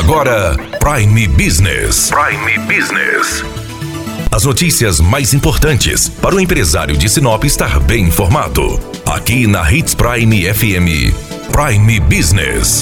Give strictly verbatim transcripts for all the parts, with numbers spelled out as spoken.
agora, Prime Business. Prime Business. As notícias mais importantes para o empresário de Sinop estar bem informado. Aqui na Hits Prime F M. Prime Business.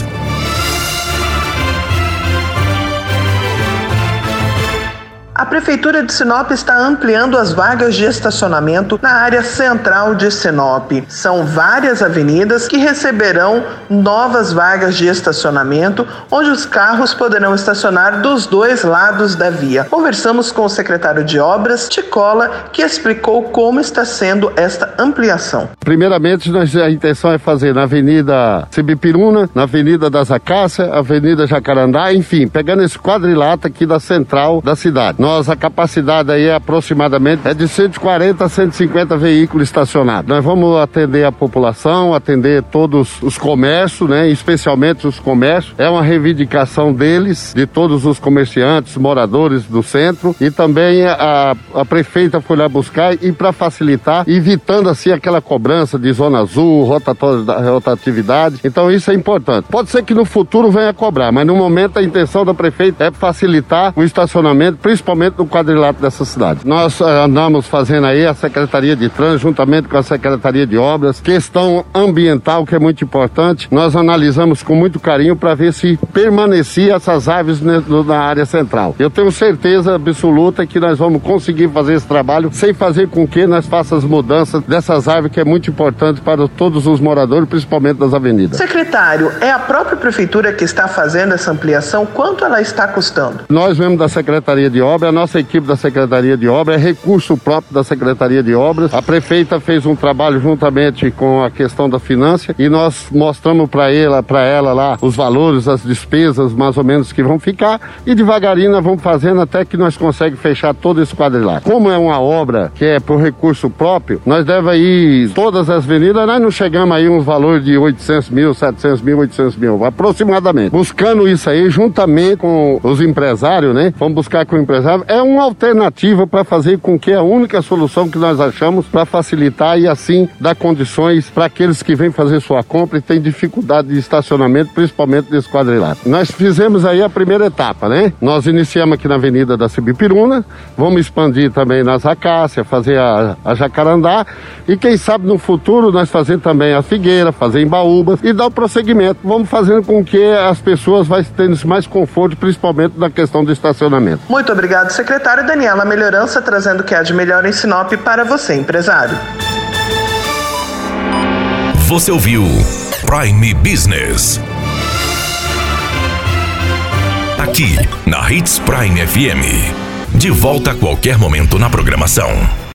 A Prefeitura de Sinop está ampliando as vagas de estacionamento na área central de Sinop. São várias avenidas que receberão novas vagas de estacionamento, onde os carros poderão estacionar dos dois lados da via. Conversamos com o secretário de Obras, Ticola, que explicou como está sendo esta ampliação. Primeiramente, nós, a intenção é fazer na Avenida Sibipiruna, na Avenida das Acácias, Avenida Jacarandá, enfim, pegando esse quadrilátero aqui da central da cidade. Nós, a capacidade aí é aproximadamente é de cento e quarenta a cento e cinquenta veículos estacionados. Nós vamos atender a população, atender todos os comércios, né, especialmente os comércios. É uma reivindicação deles, de todos os comerciantes, moradores do centro, e também a, a prefeita foi lá buscar e para facilitar, evitando assim aquela cobrança de zona azul, rotatividade. Então isso é importante. Pode ser que no futuro venha a cobrar, mas no momento a intenção da prefeita é facilitar o estacionamento, principalmente no quadrilátero dessa cidade. Nós uh, andamos fazendo aí a Secretaria de Trânsito, juntamente com a Secretaria de Obras, questão ambiental, que é muito importante. Nós analisamos com muito carinho para ver se permanecia essas árvores na área central. Eu tenho certeza absoluta que nós vamos conseguir fazer esse trabalho sem fazer com que nós façamos as mudanças dessas árvores, que é muito importante para todos os moradores, principalmente das avenidas. Secretário, é a própria Prefeitura que está fazendo essa ampliação? Quanto ela está custando? Nós mesmo da Secretaria de Obras, a nossa equipe da Secretaria de Obras, é recurso próprio da Secretaria de Obras. A prefeita fez um trabalho juntamente com a questão da finança e nós mostramos para ela, para ela lá os valores, as despesas mais ou menos que vão ficar, e devagarinho nós vamos fazendo até que nós conseguimos fechar todo esse quadrilátero. Como é uma obra que é por recurso próprio, nós devemos ir todas as avenidas, nós não chegamos aí uns valores de oitocentos mil, setecentos mil, oitocentos mil, aproximadamente. Buscando isso aí juntamente com os empresários, né? Vamos buscar com o empresário. É uma alternativa para fazer com que a única solução que nós achamos para facilitar e assim dar condições para aqueles que vêm fazer sua compra e têm dificuldade de estacionamento, principalmente desse quadrilátero. Nós fizemos aí a primeira etapa, né? Nós iniciamos aqui na Avenida da Sibipiruna, vamos expandir também nas Acácias, fazer a, a Jacarandá e quem sabe no futuro nós fazer também a Figueira, fazer em Baúbas e dar o prosseguimento. Vamos fazendo com que as pessoas vão tendo mais conforto, principalmente na questão do estacionamento. Muito obrigado, secretário. Daniela Melhorança trazendo o que há de melhor em Sinop para você, empresário. Você ouviu Prime Business. Aqui na Hits Prime F M. De volta a qualquer momento na programação.